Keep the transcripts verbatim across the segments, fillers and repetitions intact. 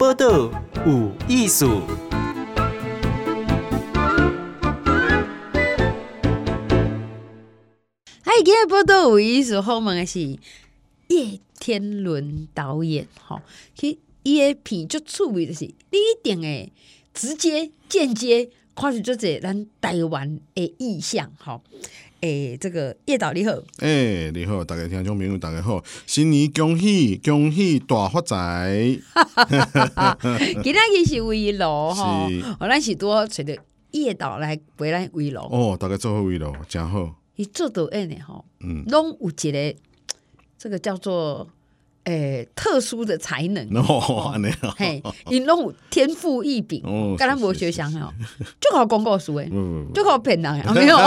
报道有艺术。 嗨，今日报道有艺术，好问的是叶天伦导演，吼，其伊的片足趣味，就是你一定会直接、间接看出这个咱台湾的意象，吼。诶、欸，这个叶导你好， 诶、欸，你好，大家听众朋友大家好，新年恭喜恭喜大发财！ 今仔日是围炉吼，我咱是多找着叶导来陪咱围炉。 哦，大家做好围炉，真好。 伊做导演的吼，嗯，拢有一个这个叫做诶、欸、特殊的才能哦，安尼哦， 嘿，因拢有天赋异禀，哦，跟咱无学相吼，就好讲故事诶，就好骗人诶，没有，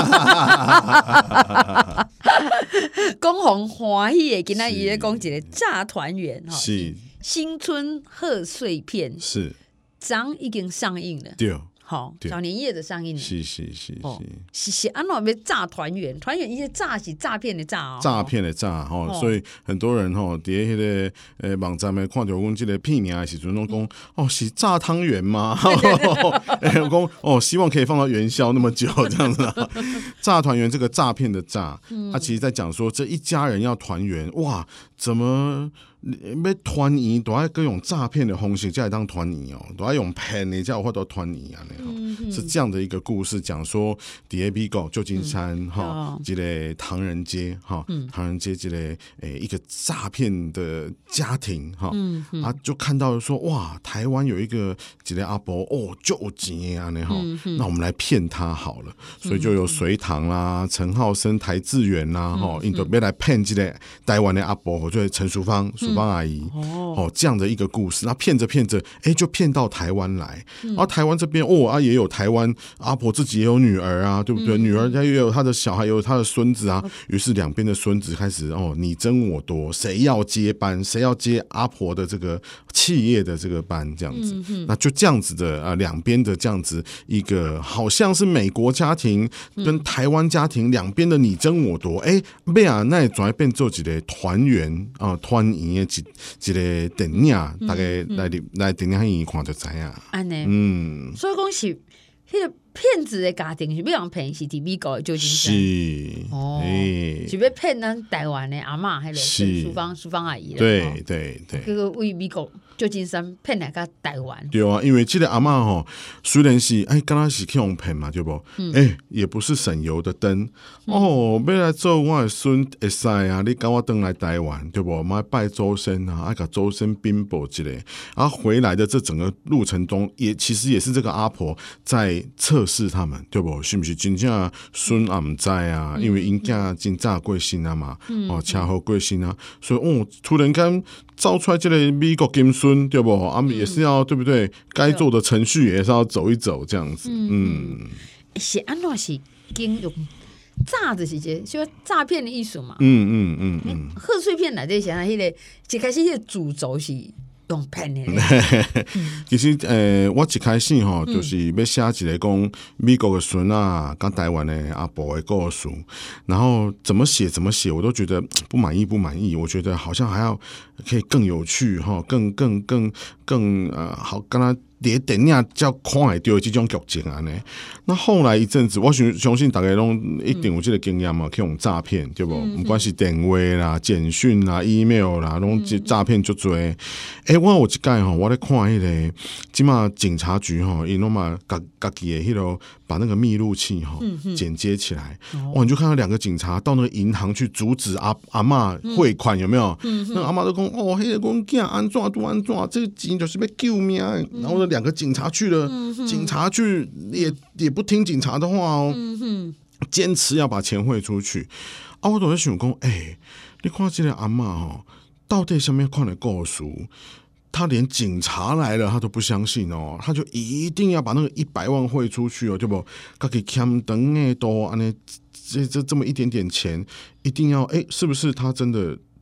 讲红欢喜诶，今仔伊咧讲一个炸团圆吼，是新春贺岁片， 是， 章已经上映了， 对。 好，小年夜的上映是是是是、哦、 是是安怎要诈团圆？团圆一些诈是诈骗的诈哦， 诈骗的诈吼、哦，所以很多人吼伫迄个呃网站面看到阮这个片名的时阵，拢讲哦是炸汤圆吗？哎，我讲哦，希望可以放到元宵那么久这样子啊。炸团圆这个诈骗的诈，他、嗯啊、其实在讲说这一家人要团圆，哇，怎么？要团圆都要各用诈骗的方式才会当团圆哦，都要用骗的才有法度团圆啊！嗯、是这样的一个故事，讲说伫美国旧金山哈，这、嗯、个唐人街哈，嗯、唐人街这个诶、欸、一个诈骗的家庭哈，嗯嗯、啊就看到说哇，台湾有一个这个阿伯哦就有钱啊，那哈，那我们来骗他好了，所以就有隋唐啦、陈浩生、台志远啦哈，因都要来骗这个台湾的阿伯，就是陈淑芳。帮阿姨哦，这样的一个故事，那骗着骗着，哎、欸，就骗到台湾来。然后台湾这边哦啊，也有台湾阿婆自己也有女儿啊，对不对？嗯、女儿她也有她的小孩，也有她的孙子啊。于是两边的孙子开始哦，你争我夺，谁要接班，谁要接阿婆的这个企业的这个班，这样子。嗯、那就这样子的啊，两边的这样子一个，好像是美国家庭跟台湾家庭两边的你争我夺，哎、欸，没啊，那也转变做几个团圆啊，团圆。一一个电影，大家来来电影院看就知影。 安尼，嗯，所以讲是迄个骗子的家庭是要人骗，是伫美国的旧金山， 是哦，欸、是要骗咱台湾的阿嬷，迄个淑芳淑芳阿姨， 对对对， 这个为美国旧金山骗来到台湾， 对啊，因为这个阿嬷吼，虽然是哎，刚刚是去用骗嘛，对不？哎、嗯欸，也不是省油的灯、嗯、哦，要来做我的孙会使啊，你跟我登来台湾，对不？我们拜周生啊，爱甲周生禀报之类，然后回来的这整个路程中，也其实也是这个阿婆在测试他们，对不？是不是真正孙也唔知啊？因为因囝真早过身啊嘛，嗯、哦，车祸过身啊，所以哦，突然间造出来这个美国金孙，对不？啊，也是要、嗯、对不对？该做的程序也是要走一走，这样子，嗯，嗯是安怎是经用诈就是这就诈骗的艺术嘛， 嗯嗯嗯嗯， 贺岁片内底是安迄个一开始迄个主轴是用骗的。 其实诶、呃，我一开始吼就是要写一个讲美国的孙啊，跟台湾的阿婆的故事，然后怎么写怎么写，我都觉得不满意不满意，我觉得好像还要可以更有趣哈，更更更更呃好，跟他。伫电影才看会到这种剧情啊呢。那后来一阵子，我相信大家拢一定有这个经验嘛，去用诈骗，对不？不管是电话啦、简讯啦、email 啦，拢诈骗就多。哎、欸，我有一届吼，我咧看迄、那个，即马警察局吼，因拢嘛家家己的迄落把那个密录器吼剪接起来，哇，你就看到两个警察到那个银行去阻止阿阿嬷汇款，有没有？那阿嬷都讲哦，迄个讲囝安怎都安怎，这个钱就是要救命，然后两个警察去了，嗯、警察去也也不听警察的话哦，嗯、坚持要把钱汇出去。啊，我都在想讲，哎、欸，你看这个阿嬷哦，到底什么款的故事？他连警察来了，他都不相信哦，他就一定要把那个一百万汇出去哦，对不？他给欠等诶多安尼，这这这么一点点钱，一定要哎、欸，是不是他真的？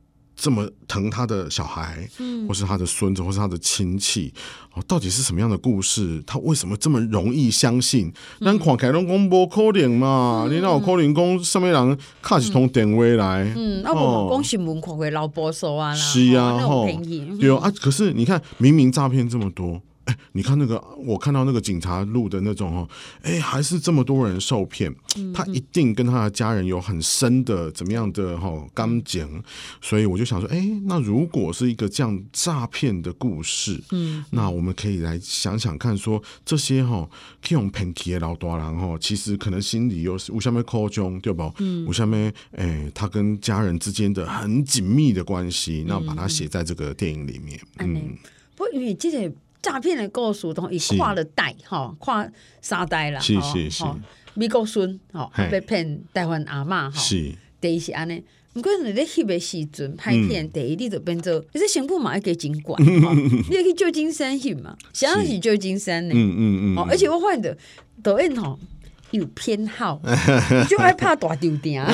这么疼他的小孩，嗯，或是他的孙子，或是他的亲戚，哦，到底是什么样的故事？他为什么这么容易相信？咱看起来拢讲无可能嘛，嗯、你哪有可能讲什么人卡一通电话来？ 嗯，啊，我讲新闻看过老保守啊啦， 是啊， 那种便宜， 对啊，可是你看，明明诈骗这么多。哎，你看那个，我看到那个警察录的那种哦，哎，还是这么多人受骗，他一定跟他的家人有很深的怎么样的哈感情，所以我就想说，哎，那如果是一个这样诈骗的故事，嗯，那我们可以来想想看说，说这些哈可以用骗去的老大人哈，其实可能心里有有什么苦衷，对不？嗯，有什么哎，他跟家人之间的很紧密的关系，那把它写在这个电影里面，嗯， 不，因为这个。诈骗的故事都伊跨了代吼，跨三代啦， 是是是， 美国孙吼被骗台湾阿嬷吼， 是第一是安尼。毋过你咧翕的时阵拍片，第一你就变做，你这成本嘛要加真悬，你要去旧金山翕嘛，想要是旧金山呢，嗯嗯嗯，而且我发现的抖音吼。有偏好，你就爱怕大丢定。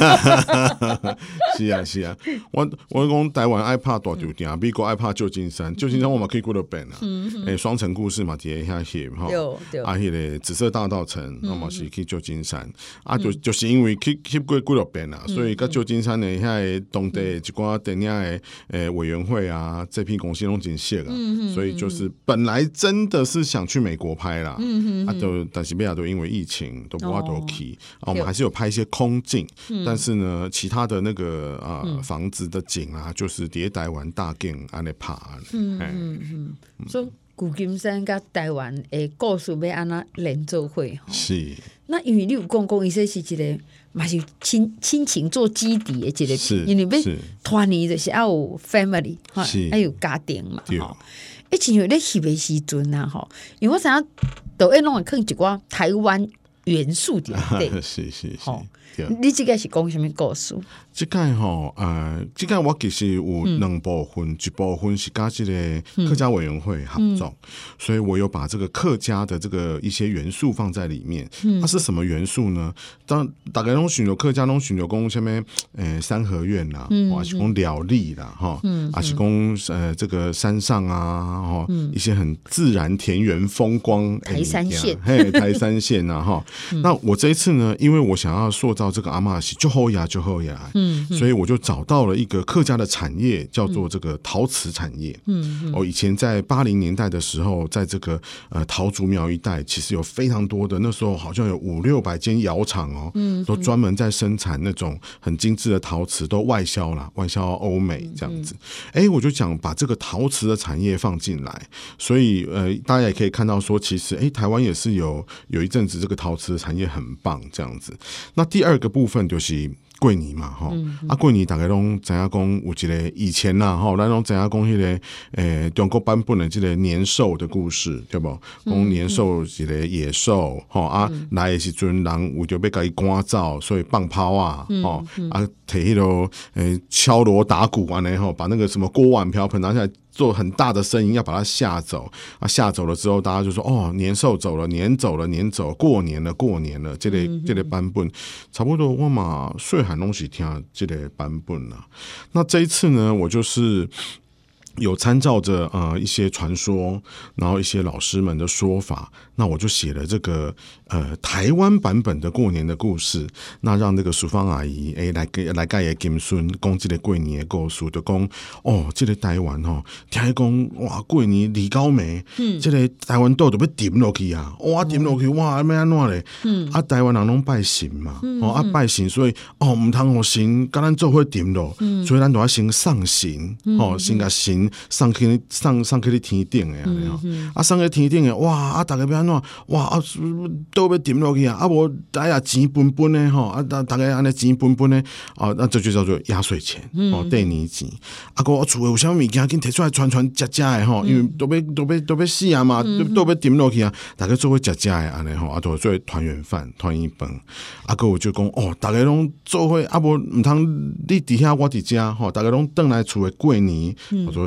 是啊是啊，我我讲台湾爱怕大丢定，美国爱怕旧金山。旧金山我嘛可以过到变啊，诶，双城故事嘛，底下翕哈，啊，迄个紫色大道城，那嘛是去旧金山，啊，就就是因为去翕过几落遍啦，所以甲旧金山的遐当地一寡电影的诶委员会啊，这批公司拢真熟啊，所以就是本来真的是想去美国拍啦，啊，都但是美国都因为疫情。都不法都去、哦啊、我们还是有拍一些空景、嗯、但是呢其他的那个、啊嗯、房子的景啊就是在台湾大景安尼拍嗯嗯嗯所以旧金山跟台湾的故事要安怎连做伙是那因为你有讲讲伊说是一个嘛是亲亲情做基底的一个因为要团圆就是要有 family 还有家庭嘛而且有咧翕的时阵啊吼因为我知影抖音拢会放一寡台湾元素伫内底， 是是是。 你这个是讲什么故事？ 这个吼，呃，这个我其实有两部分，嗯、一部分是跟这个客家委员会合作、嗯，所以我有把这个客家的这个一些元素放在里面。嗯、它是什么元素呢？当大概拢选有客家拢选有讲什么，呃，三合院啦，嗯、还是讲寮里啦，哈、嗯，还是讲呃这个山上啊，哈、嗯，一些很自然田园风光， 台山县， 嘿，台山县啊，哈、嗯。那我这一次呢，因为我想要塑造这个阿嬷是就好呀就好呀，嗯，所以我就找到了一个客家的产业，叫做这个陶瓷产业。嗯，哦，以前在八零年代的时候，在这个呃桃竹苗一带，其实有非常多的，那时候好像有五六百间窑厂哦，嗯，都专门在生产那种很精致的陶瓷，都外销啦，外销欧美这样子。哎、嗯，我就想把这个陶瓷的产业放进来，所以呃，大家也可以看到说，其实哎，台湾也是有有一阵子这个陶瓷的产业很棒这样子。那第二个部分就是过年嘛，吼、嗯嗯，啊过年大家拢知影讲有一个以前啦，吼，咱拢知影讲迄个诶中国版本的这个年兽的故事，对不？讲年兽是一个野兽，吼、嗯、啊、嗯、来的时阵人为着要甲伊赶走，所以放炮啊，吼、嗯嗯、啊摕迄个诶敲锣打鼓安尼吼，把那个什么锅碗瓢盆拿下来。做很大的声音要把它吓走啊！吓走了之后，大家就说：“哦，年兽走了，年走了，年走，过年了，过年了。”这个这个版本差不多，我嘛细汉拢是听这个版本啦。那这一次呢，我就是有参照着呃一些传说，然后一些老师们的说法，那我就写了这个呃台湾版本的过年的故事，那让那个淑芳阿姨诶来给来甲伊金孙讲这个过年的故事，就讲哦，这个台湾吼，听讲哇过年李高梅，嗯，这个台湾岛就要沉落去啊，哇沉落去哇要安怎咧？嗯，啊台湾人拢拜神嘛，嗯、哦啊拜神，所以哦唔通互神甲咱做伙沉落，嗯，所以咱就要先上神，嗯、哦先甲神上去上上去咧天顶诶，嗯、啊上去天顶诶，哇啊大家要安怎？哇啊都要沉落去啊！啊无大家钱分分诶吼，啊大大家安尼钱分分诶，啊那这就叫做压岁钱哦，第年钱。啊个我厝诶有啥物件紧摕出来传传食食诶吼，因为都要都要都要死啊嘛，都都要沉落去啊，大家做伙食食诶安尼吼，啊都做团圆饭、团圆饭。啊个我就讲哦，大家拢做伙啊无毋通你伫遐我伫遮吼，大家拢倒来厝诶过年，我做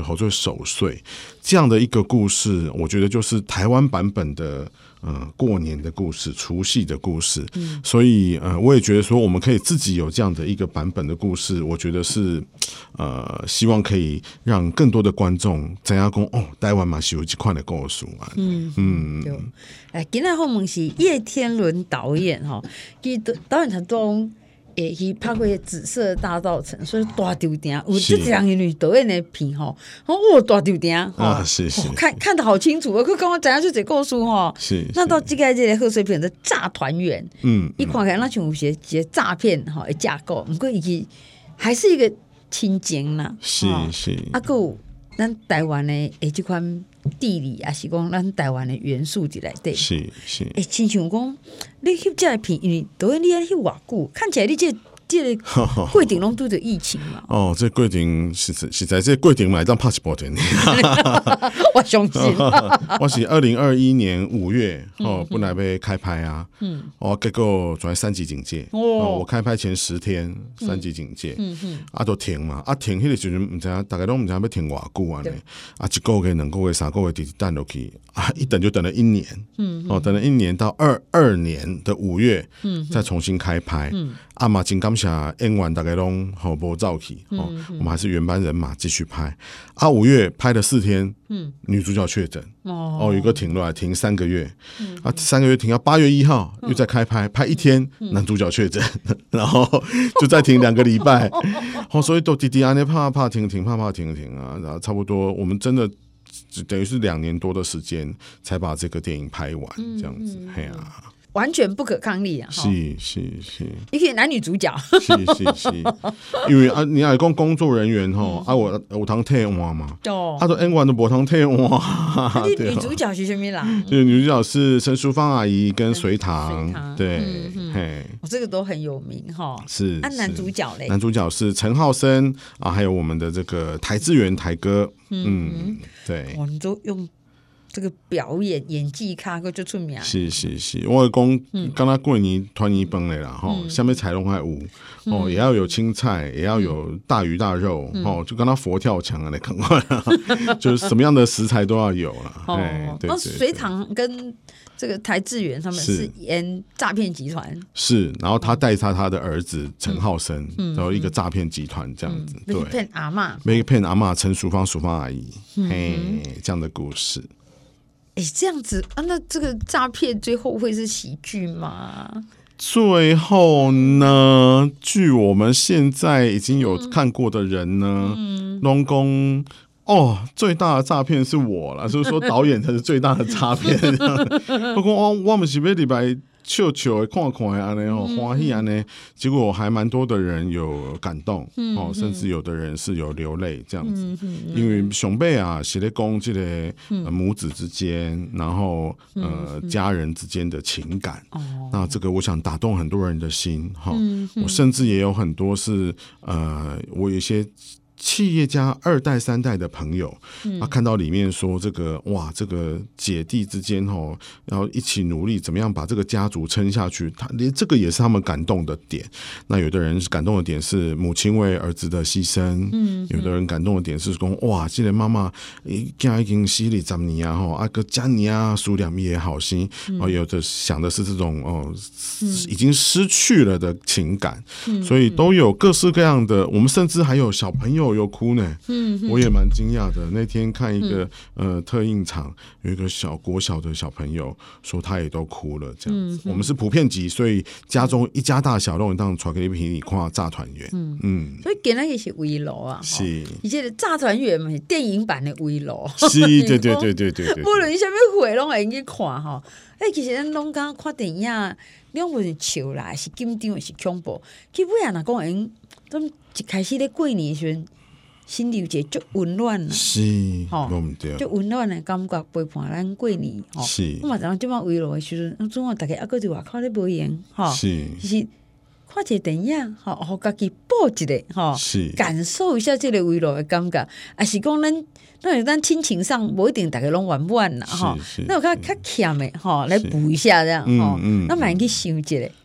好最守岁这样的一个故事，我觉得就是台湾版本的。呃，过年的故事，除夕的故事，嗯、所以呃，我也觉得说，我们可以自己有这样的一个版本的故事，我觉得是呃，希望可以让更多的观众知道说哦，台湾嘛是有这款的故事啊。嗯嗯， 对。哎，今天访问是叶天伦导演哈，其实导演他都。也去拍过《紫色大稻城》，所以大丢顶，有这两个女导演的片吼，哦，大丢顶啊，是是， 哦、看看得好清楚，佢刚刚怎样去这故事吼， 是。 那到这个这个贺岁片的炸团圆， 嗯， 一看起来那像有些些诈骗哈的架构，不过伊还是一个亲情啦， 是是。 啊，还有咱台湾的诶这款地理啊，是讲咱台湾的元素伫内底， 是是。 诶，亲像讲你翕这个片，因为导演你安翕偌久，看起来你这这个过程拢拄着疫情嘛。 哦，这过程是是在这过程嘛，当拍一部电影。 我相信， 我是二零二一年五月哦，本来要开拍啊，嗯，哦，结果转三级警戒，哦，我开拍前十天三级警戒，嗯嗯，啊都停嘛，啊停，迄个时阵唔知影，大家拢唔知影要停偌久安尼，啊一个月、两个月、三个月，直直等落去，啊一等就等了一年，嗯，哦，等了一年到二二年的五月，嗯，再重新开拍，嗯，啊嘛真感谢演员大家拢好无走去，哦，我们还是原班人马继续拍，啊五月拍了四天，嗯，女主角确诊，哦，哦，有个停落来停三个月，嗯，啊三个月停到八月一号又再开拍，拍一天男主角确诊，然后就再停两个礼拜，哦，所以都滴滴安尼怕怕停停怕怕停停啊，然后差不多我们真的等于是两年多的时间才把这个电影拍完，这样子，嘿啊。 完全不可抗力啊！ 是是是， 一个男女主角， 是是是，因为啊，你要讲工作人员吼，啊我有通退换嘛，哦，啊都演员都无通退换。 女主角是什么啦？ 对，女主角是陈淑芳阿姨跟隋棠，对，嘿， 我这个都很有名哈。 是， 啊，男主角嘞？ 男主角是陈浩森啊，还有我们的这个台志源台哥，嗯，对， 我们都用。这个表演演技卡个就出名， 是是是，我讲刚刚过年团圆饭的啦，吼、嗯，下面彩龙还有，哦、嗯，也要有青菜，也要有大鱼大肉，嗯、哦，就跟他佛跳墙啊，来看看，就是什么样的食材都要有啦。哦，哎，对对对， 隋棠跟这个台志源他们是演诈骗集团， 是，然后他带他他的儿子陈浩生，嗯、然后一个诈骗集团这样子， 嗯、对，骗阿嬷， 没骗阿嬷陈淑芳淑芳阿姨，嗯、嘿，这样的故事。 哎，这样子啊，那这个诈骗最后会是喜剧吗？ 最后呢，据我们现在已经有看过的人呢，龙宫、嗯、哦，最大的诈骗是我啦，所以说导演才是最大的诈骗。不过我我们是要礼拜笑笑的看看的安尼哦，欢喜安尼，结果还蛮多的人有感动、嗯、哦，甚至有的人是有流泪这样子，嗯嗯、因为上辈啊是在讲这个、呃、母子之间，然后呃家人之间的情感，嗯、那这个我想打动很多人的心哈、嗯嗯，我甚至也有很多是呃，我有一些。企业家二代三代的朋友，嗯、他看到里面说这个哇，这个姐弟之间哦，然后一起努力，怎么样把这个家族撑下去？他连这个也是他们感动的点。那有的人感动的点是母亲为儿子的牺牲，嗯，有的人感动的点是说哇，这个妈妈已经死了十年啊，吼啊个家年啊，数两米也好心，哦、嗯，有的想的是这种哦，已经失去了的情感，嗯、所以都有各式各样的。我们甚至还有小朋友。有哭呢，嗯，我也蛮惊讶的。那天看一个、嗯、呃特映场，有一个小国小的小朋友说他也都哭了，这样子。嗯、我们是普遍级，所以家中一家大小都当传给你里看炸团圆，嗯嗯。 所以今天也是围炉啊，是，而且炸团圆嘛，电影版的围炉， 是，对对对对对对。 不论什么会拢会去看哈。哎，其实咱拢刚看电影，两不是笑啦，是紧张，是恐怖。基本上来讲，因咱一开始咧过年时阵。心里有一个足温暖啦， 是，吼， 足温暖的感觉陪伴咱过年，吼。是，我嘛知影即摆围炉的时阵，总啊大家还搁伫外口咧无闲，吼，是，就是看一个电影，吼，互家己补一个，吼，是，感受一下这个围炉的感觉，也是讲咱。那有咱亲情上不一定大家拢完满啦，哈。那有较较欠的哈，来补一下这样哈。那蛮去想一个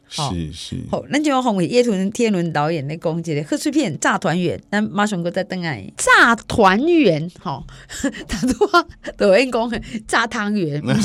是是。 好，咱就红叶屯天伦导演的讲这个贺岁片《炸团圆》，咱马上搁再登来炸团圆，吼，他都话导演讲炸汤圆，不是。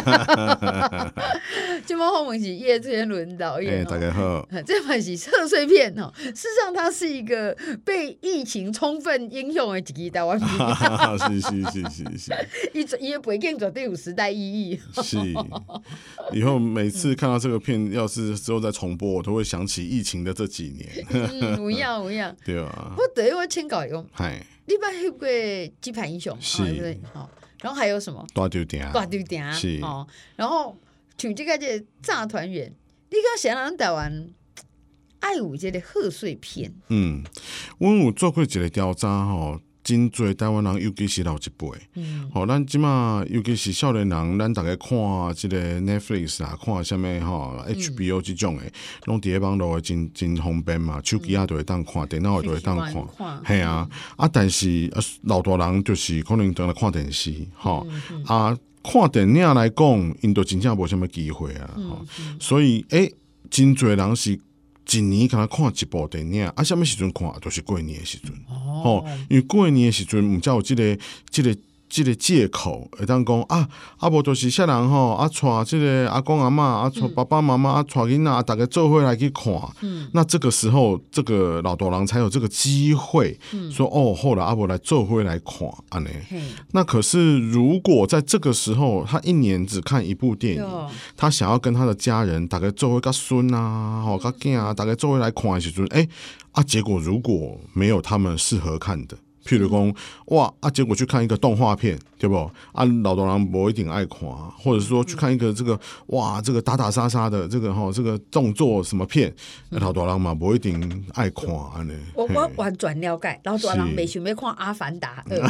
这部红是叶天伦导演， 哎、欸，大家好， 这部是贺岁片哦。事实上，它是一个被疫情充分应用的一个台湾片。 是是是是是， 伊伊的背景绝对有时代意义。 是，以后每次看到这个片，要是之后再重播，我都会想起疫情的这几年。 嗯，有影有影。 对啊。 我对我请教用， 嗨， 你捌翕过《鸡排英雄》 是， 哦，然后还有什么？ 大丢店， 大丢店是哦，然后像这个这个炸团圆，你讲谁人台湾爱有这个贺岁片？ 嗯，阮有做过一个调查吼。真侪台湾人，尤其是老一辈， 嗯， 吼、哦，咱即马尤其是少年人，咱大家看即个 Netflix 啊，看啥物吼 H B O 即种诶，拢伫咧网络诶真真方便嘛，手机啊都会当看，电脑都会当看，系啊，啊，但是啊老大人就是可能当来看电视，吼、嗯嗯、啊，看电影来讲，因都真正无啥物机会啊，吼、嗯嗯，所以诶、欸，真侪人是。一年敢若看一部电影，啊，什么时阵看？就是过年的时阵，哦，因为过年的时阵，毋才有即、这个、即、这个、即、这个借口，会当讲啊，啊无就是啥人吼，啊带即个阿公阿嬷，啊带爸爸妈妈，啊带囡仔，大家做伙来去看。嗯，那这个时候，这个老大人才有这个机会，嗯、说哦，后来阿伯来做伙来看，安尼。那可是如果在这个时候，他一年只看一部电影，他想要跟他的家人大概做伙甲孙啊，吼甲囝啊，大概做伙来看的时阵，哎、欸、啊，结果如果没有他们适合看的。譬如讲，哇啊，结果去看一个动画片，对不？啊，老大人不一定爱看，或者说去看一个这个哇，这个打打杀杀的这个哈，这个动作什么片，老大人嘛不一定爱看安尼。 我我完全了解，老大人没想要看《阿凡达二》。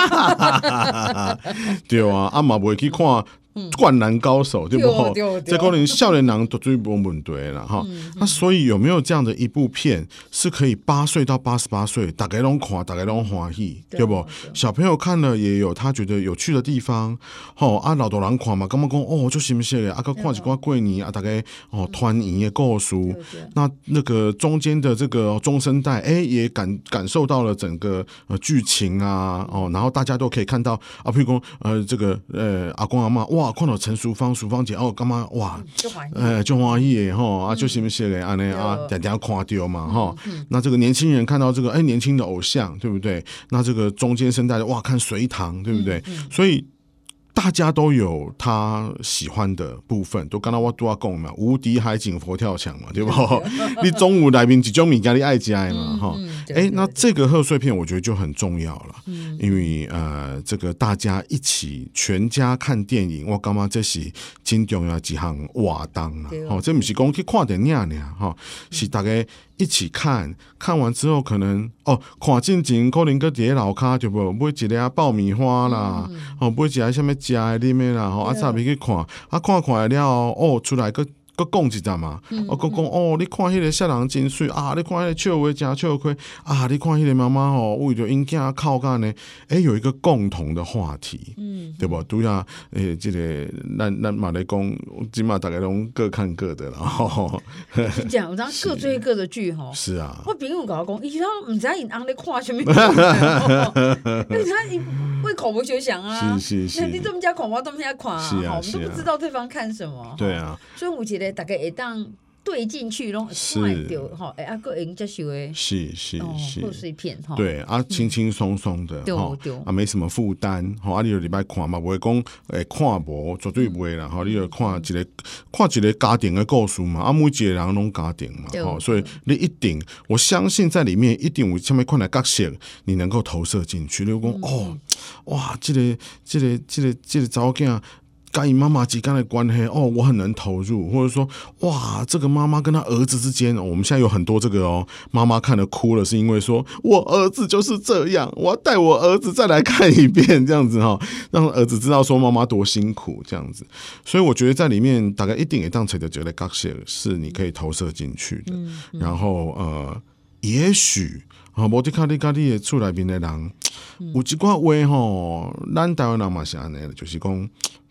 对啊，啊嘛不会去看。灌篮高手对不？这可能少年人都最无问题啦哈。那所以有没有这样的一部片是可以八岁到八十八岁大家拢看，大家拢欢喜，对不？小朋友看了也有他觉得有趣的地方，吼啊老大人看嘛，感觉讲哦就新鲜的，啊个看一寡过年啊，大家哦团圆的故事，那那个中间的这个中生代，哎也感感受到了整个呃剧情啊，哦，然后大家都可以看到啊，譬如讲呃这个呃阿公阿嬷哇。哇，看到陈淑芳、淑芳姐哦，干嘛哇？呃，就欢喜的吼啊，就什么些的安尼啊，点点看到嘛哈。那这个年轻人看到这个哎，年轻的偶像，对不对？那这个中间生代的哇，看隋唐，对不对？所以。大家都有他喜欢的部分，都刚刚我都要讲嘛，无敌海景佛跳墙嘛，对不？你中午来宾几种米家你爱家嘛，哈、嗯，哎、欸，那这个贺岁片我觉得就很重要了，嗯、因为呃，这个大家一起全家看电影，我感觉这是真重要一项活动啦，哈，这不是讲去看电影呢，哈，是大家。一起看，看完之后可能哦，看进前可能搁伫咧楼骹对不？买一个爆米花啦，嗯、哦，买一个什么食的啉的啦，吼、哦，啊，再去看，啊，看看了哦，出来搁。搁讲一阵嘛，我搁讲哦，你看迄个少人真水啊，你看迄个笑话真笑亏啊，你看迄个妈妈吼为着因囝靠干呢，哎、欸，有一个共同的话题，嗯，对不？对啊，诶、欸，这个咱咱嘛来讲，起码大家拢各看各的啦。吼， 是这样，有当各追各的剧吼。 是啊， 我朋友甲我讲，伊讲毋知因翁咧看什么，你知伊为口不学想啊， 是是是， 你这么家看，我这么家看啊， 是啊， 我们都不知道对方看什么。 对啊， 所以我觉得大概会当对进去，拢看到吼，哎，啊，个会接受的， 是是是， 贺岁片哈， 对啊，轻轻松松的哈，啊，没什么负担，吼，啊，你就礼拜看嘛，不会讲诶看无，绝对不会啦，吼，你就看一个看一个家庭的故事嘛，啊，每一个人拢家庭嘛，吼，所以你一定，我相信在里面一定有什么款的角色，你能够投射进去，你就讲哦，哇，这个这个这个这个查某囝。跟你妈妈之间的关系哦，我很能投入，或者说哇，这个妈妈跟她儿子之间、哦，我们现在有很多这个哦，妈妈看了哭了，是因为说我儿子就是这样，我要带我儿子再来看一遍，这样子哈、哦，让儿子知道说妈妈多辛苦这样子。所以我觉得在里面大概一定也当成的这个角色是你可以投射进去的，嗯嗯、然后呃，也许啊，无滴卡哩卡哩的厝内面的人，嗯、有一寡话吼，咱台湾人嘛是安尼，就是讲。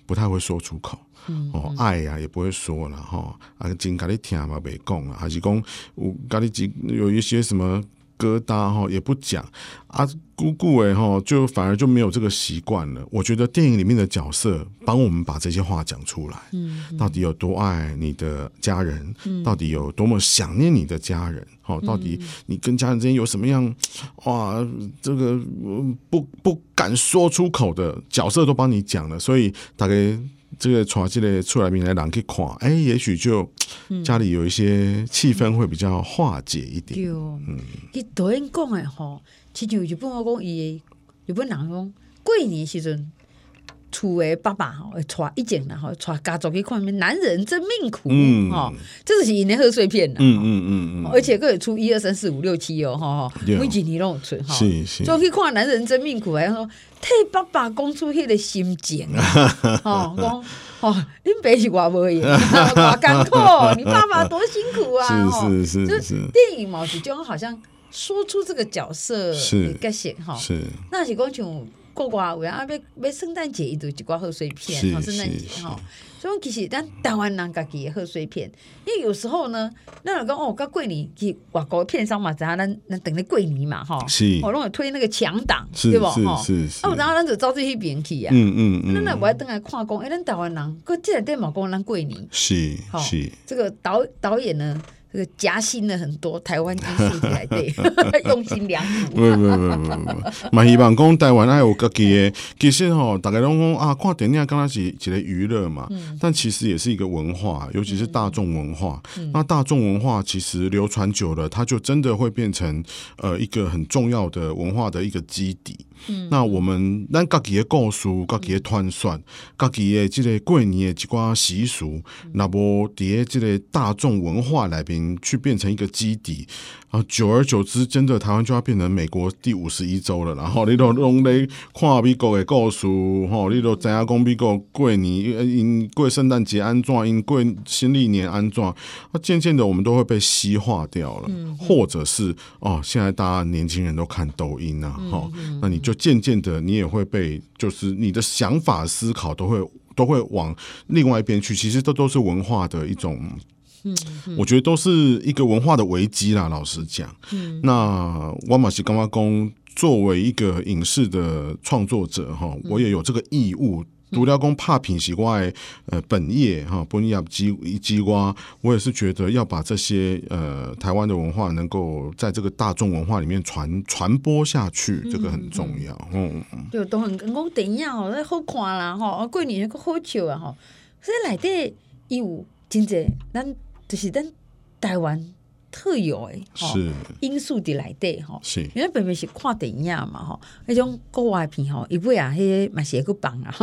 不太会说出口。嗯、哦，爱呀、啊、也不会说了哈，啊，真跟你听嘛没讲啊，还是讲有跟你有一些什么疙瘩哈，也不讲啊，姑姑哎哈，就反而就没有这个习惯了。我觉得电影里面的角色帮我们把这些话讲出来，嗯，到底有多爱你的家人，嗯、到底有多么想念你的家人，哈，到底你跟家人之间有什么样哇，这个不不敢说出口的角色都帮你讲了，所以大概。这个传这个出来名来人去看，哎、欸，也许就家里有一些气氛会比较化解一点。对， 嗯，伊导演讲的吼，亲像日本我讲伊日本人讲过年时阵，厝的爸爸吼会带一件啦吼，带家族去看，男人真命苦，嗯，吼，这就是因的贺岁片啦，嗯嗯嗯嗯，而且佫有出一二三四五六七哦，吼，每一年拢有出，吼， 是是， 所以去看男人真命苦，还说。替爸爸讲出迄个心情，哦，讲哦，恁爸是偌无闲，偌艰苦，你爸爸多辛苦啊！ 是是是是， 电影嘛是种好像说出这个角色的角色哈， 是， 那是讲像国外有啊，要要圣诞节伊就一寡贺岁片，哈，圣诞节哈。所以其实咱台湾人家己的贺岁片，因为有时候呢，咱就讲哦，甲过年去外国片商嘛，知影咱咱等咧过年嘛，吼， 是， 哦，拢会推那个强档， 对不？ 是是是， 啊，有当咱就走这迄边去啊， 嗯嗯嗯， 咱若无爱等来看讲，哎，咱台湾人，佮这内底嘛讲咱过年， 是是， 这个导导演呢。这个夹心了很多台湾艺术来对，用心良苦。 不不不不不，嘛希望讲台湾还有自己的，其实吼，大家拢讲啊，看电影刚才是一个娱乐嘛，嗯、但其实也是一个文化，尤其是大众文化。嗯、那大众文化其实流传久了，它就真的会变成呃一个很重要的文化的一个基底。嗯、那我们咱自己的故事、自己的传说、自己的这个过年的一寡习俗，那无伫这个大众文化内边。去变成一个基底，然后久而久之，真的台湾就要变成美国第五十一州了。然后你都拢咧看美国的故事，吼，你都知影讲美国过年因过圣诞节安怎，因过新历年安怎，那渐渐的我们都会被西化掉了，嗯、或者是哦，现在大家年轻人都看抖音啊，哈、嗯，那你就渐渐的你也会被，就是你的想法思考都会都会往另外一边去。其实这都是文化的一种。嗯嗯、我觉得都是一个文化的危机啦。老实讲，嗯、那我嘛是感觉讲，作为一个影视的创作者哈，我也有这个义务。除了讲拍片是我的呃本业哈，本业之之外，我也是觉得要把这些呃台湾的文化能够在这个大众文化里面传传播下去，这个很重要。嗯， 对，都很讲电影哦，好看啦吼，过年个好笑啊吼，所以内底有真济咱。就是咱台湾特有的是因素伫内底吼，是因为偏偏是看电影嘛吼，迄种国外片吼，伊尾啊，迄个嘛是会去放啊，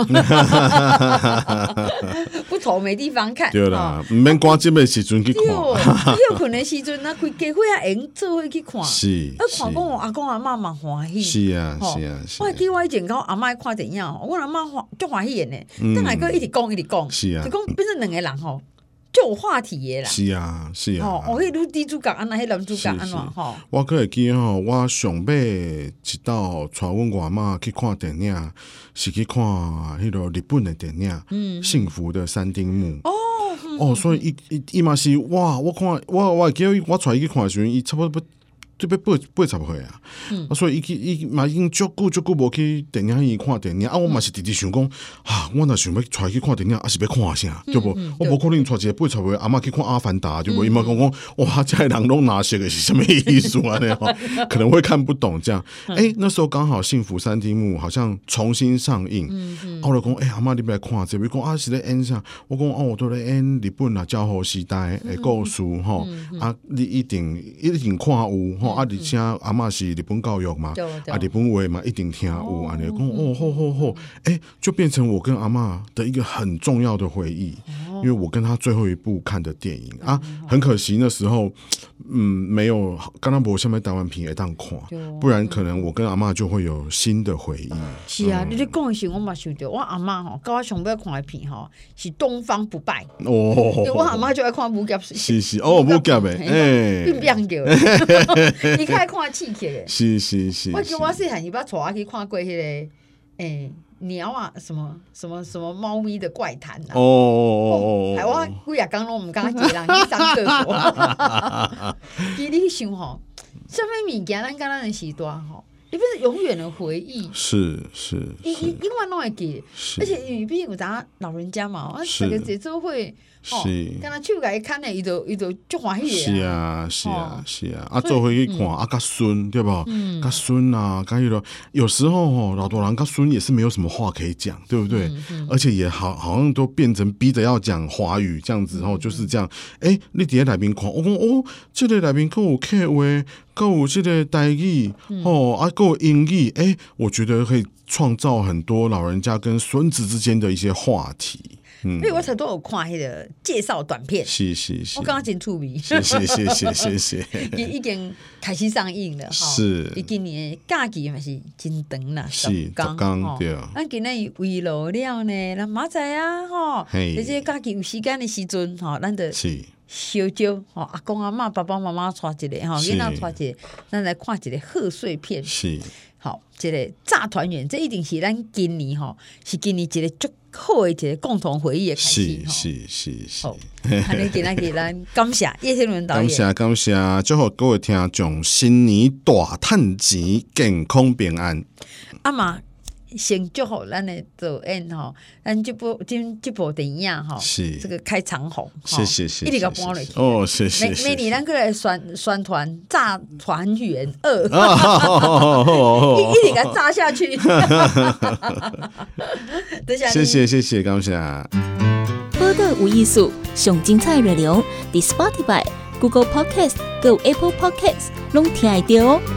不愁没地方看。 对啦，唔免赶节的时阵去看， 有可能时阵啊，开家伙啊，用做伙去看， 是， 啊看讲我阿公阿嬷嘛欢喜， 是啊是啊， 我还记我以前跟我阿嬷看电影，我阿嬷欢足欢喜的呢，等下个一直讲一直讲， 是啊， 就讲变成两个人吼。就有话题的啦， 是啊，是啊。 哦，迄女女主角安那，迄男主角安怎吼？ 我可会记吼，我上尾一道带阮外妈去看电影，是去看迄个日本的电影，嗯，幸福的三丁目。哦，嗯、哦，所以伊伊伊嘛是哇，我看我我记得我带伊去看的时阵，伊差不多就要八八十岁啊，嗯、所以伊伊嘛已经足久足久无去电影院看电影啊。我嘛是直直想讲啊，我若想要带去看电影，还是要看啥，对不？嗯、我无可能带一个八十岁阿嬷去看《阿凡达》，对不？伊嘛讲讲哇，这些人拢哪些个是什么意思啊？那可能会看不懂这样。哎、欸，那时候刚好《幸福三丁目》好像重新上映，嗯嗯、我就讲哎，阿嬷你要来看这边讲啊是咧演啥？我讲哦，都咧演日本啊昭和时代的故事吼、嗯嗯、啊，你一定一定看有。啊！而且阿嬷是日本教育嘛，啊，日本话嘛一定听有，安尼讲哦，好好好，哎、欸，就变成我跟阿嬷的一个很重要的回忆，因为我跟她最后一部看的电影啊，很可惜那时候，嗯，没有刚刚无下面台湾片会当看，不然可能我跟阿嬷就会有新的回忆。 是啊，你咧讲的时候，我嘛想到我阿嬷吼，跟我上尾看的片吼是《东方不败》哦，我阿嬷就爱看武侠， 是是哦，武侠的，哎， 变变叫。你看看刺激的， 是是是。 我记得我细汉伊捌带我去看过迄个诶、鸟啊，什么什么什么猫咪的怪谈啊。 哦哦哦台湾几啊工拢毋敢接人去上厕所。其实你想吼，什么物件咱敢咱的时代吼，你不是永远的回忆。 是是伊伊永远拢会记， 是而且因为毕竟有咱老人家嘛，啊， 是大家节奏会。哦，敢若手甲伊牵诶，伊就伊就足欢喜是诶。 啊是啊哦是啊，啊做伙去看、嗯、啊，甲孙对不？嗯，甲孙啊，甲迄个有时候哦，老大人甲孙也是没有什么话可以讲，对不对？嗯嗯、而且也好好像都变成逼着要讲华语这样子，然后就是这样。哎、欸，你伫咧内面看，我讲哦，这个内面佫有客话，佫有这个台语，哦啊，佫有英语，哎、欸，我觉得可以创造很多老人家跟孙子之间的一些话题。 嗯，因为我才都有看迄个介绍短片， 是是是， 我刚刚真趣味， 谢谢谢谢谢谢， 已已经开始上映了， 是， 伊今年的假期嘛是真长啦， 十天对， 咱今日围炉了呢，咱明仔啊吼，而且假期有时间的时阵吼，咱就是小招吼，阿公阿嬷、爸爸妈妈带一个吼，囡仔带一个，咱来看一个贺岁片， 是， 好，这个炸团圆，这一定是咱今年吼，是今年一个足好的一个共同回忆的开始， 是是是是。 好，安尼今仔日咱感谢叶天伦导演， 感谢感谢，祝福各位听众新年大趁钱，健康平安。 啊嘛，先祝福咱的导演吼，咱这部今这部电影吼， 是这个开长虹， 谢谢谢谢， 一直甲搬落去哦，谢谢。 每每年咱过来宣宣传《炸团圆二》，一直甲炸下去。 谢谢谢谢，感谢。 报道有艺术，上精彩内容，伫 Spotify、Google Podcast、Go Apple Podcast， 拢听得到哦。